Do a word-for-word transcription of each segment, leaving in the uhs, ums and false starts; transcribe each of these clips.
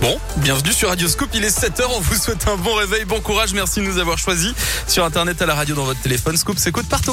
Bon, bienvenue sur Radioscoop, il est sept heures, on vous souhaite un bon réveil, bon courage, merci de nous avoir choisis. Sur internet, à la radio, dans votre téléphone, Scoop s'écoute partout.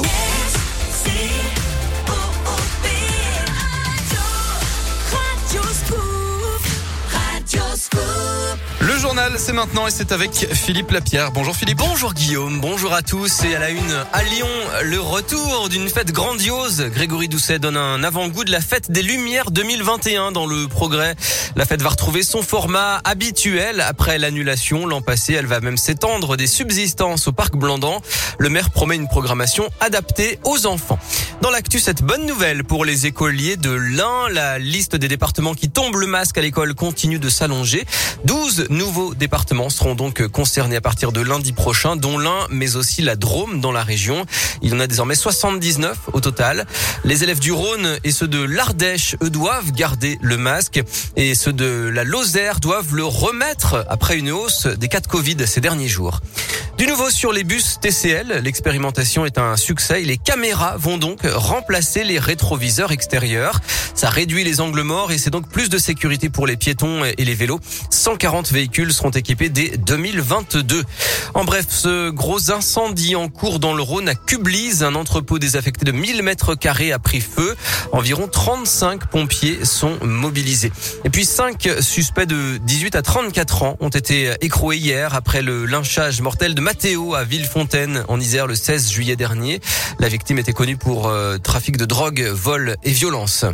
Le journal, c'est maintenant et c'est avec Philippe Lapierre. Bonjour Philippe. Bonjour Guillaume, bonjour à tous. Et à la une, à Lyon, le retour d'une fête grandiose. Grégory Doucet donne un avant-goût de la fête des Lumières deux mille vingt et un dans le Progrès. La fête va retrouver son format habituel après l'annulation. L'an passé, elle va même s'étendre des subsistances au Parc Blandan. Le maire promet une programmation adaptée aux enfants. Dans l'actu, cette bonne nouvelle pour les écoliers de l'Ain. La liste des départements qui tombent le masque à l'école continue de s'allonger. douze nouveaux départements seront donc concernés à partir de lundi prochain, dont l'Ain, mais aussi la Drôme dans la région. Il y en a désormais soixante-dix-neuf au total. Les élèves du Rhône et ceux de l'Ardèche, eux, doivent garder le masque. Et ceux de la Lozère doivent le remettre après une hausse des cas de Covid ces derniers jours. Du nouveau sur les bus T C L, l'expérimentation est un succès. Les caméras vont donc remplacer les rétroviseurs extérieurs. Ça réduit les angles morts et c'est donc plus de sécurité pour les piétons et les vélos. cent quarante véhicules seront équipés dès deux mille vingt-deux. En bref, ce gros incendie en cours dans le Rhône à Cublise, un entrepôt désaffecté de mille mètres carrés a pris feu. Environ trente-cinq pompiers sont mobilisés. Et puis cinq suspects de dix-huit à trente-quatre ans ont été écroués hier après le lynchage mortel de Mathéo à Villefontaine en Isère le seize juillet dernier. La victime était connue pour euh, trafic de drogue, vol et violence.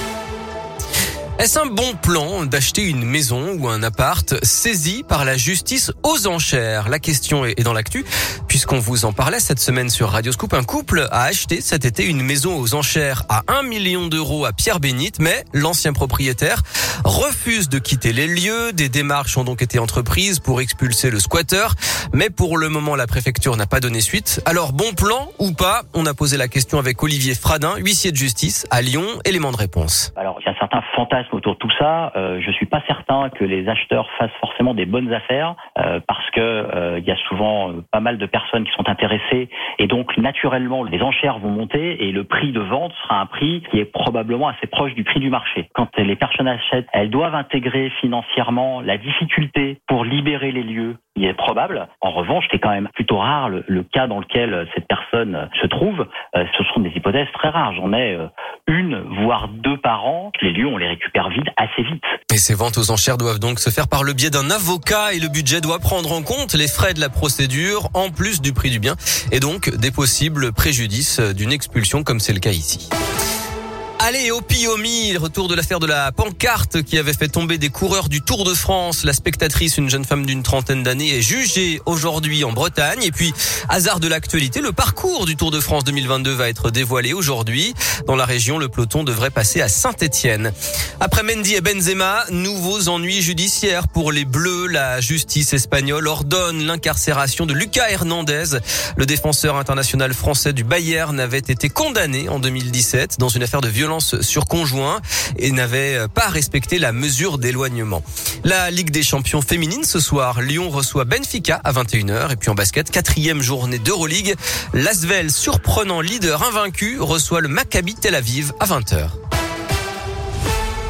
Est-ce un bon plan d'acheter une maison ou un appart saisi par la justice aux enchères? La question est dans l'actu, puisqu'on vous en parlait cette semaine sur Radioscoop. Un couple a acheté cet été une maison aux enchères à un million d'euros à Pierre-Bénite, mais l'ancien propriétaire refuse de quitter les lieux. Des démarches ont donc été entreprises pour expulser le squatteur, mais pour le moment, la préfecture n'a pas donné suite. Alors, bon plan ou pas? On a posé la question avec Olivier Fradin, huissier de justice à Lyon. Élément de réponse. Alors, il y a certains fantasmes autour de tout ça. Euh, je suis pas certain que les acheteurs fassent forcément des bonnes affaires euh, parce que euh, il y a souvent euh, pas mal de personnes qui sont intéressées et donc naturellement les enchères vont monter et le prix de vente sera un prix qui est probablement assez proche du prix du marché. Quand les personnes achètent, elles doivent intégrer financièrement la difficulté pour libérer les lieux. Il est probable. En revanche, c'est quand même plutôt rare le, le cas dans lequel cette personne se trouve. Euh, ce sont des hypothèses très rares. J'en ai euh, une, voire deux par an. Les lieux, on les récupère vite, assez vite. Et ces ventes aux enchères doivent donc se faire par le biais d'un avocat et le budget doit prendre en compte les frais de la procédure en plus du prix du bien et donc des possibles préjudices d'une expulsion comme c'est le cas ici. Allez, au Piomi, retour de l'affaire de la pancarte qui avait fait tomber des coureurs du Tour de France. La spectatrice, une jeune femme d'une trentaine d'années, est jugée aujourd'hui en Bretagne. Et puis, hasard de l'actualité, le parcours du Tour de France deux mille vingt-deux va être dévoilé aujourd'hui. Dans la région, le peloton devrait passer à Saint-Étienne. Après Mendy et Benzema, nouveaux ennuis judiciaires pour les Bleus. La justice espagnole ordonne l'incarcération de Lucas Hernandez. Le défenseur international français du Bayern avait été condamné en deux mille dix-sept dans une affaire de violence sur conjoint et n'avait pas respecté la mesure d'éloignement. La Ligue des champions féminines ce soir, Lyon reçoit Benfica à vingt et une heures et puis en basket, quatrième journée d'Euroleague, l'Asvel, surprenant leader invaincu, reçoit le Maccabi Tel Aviv à vingt heures.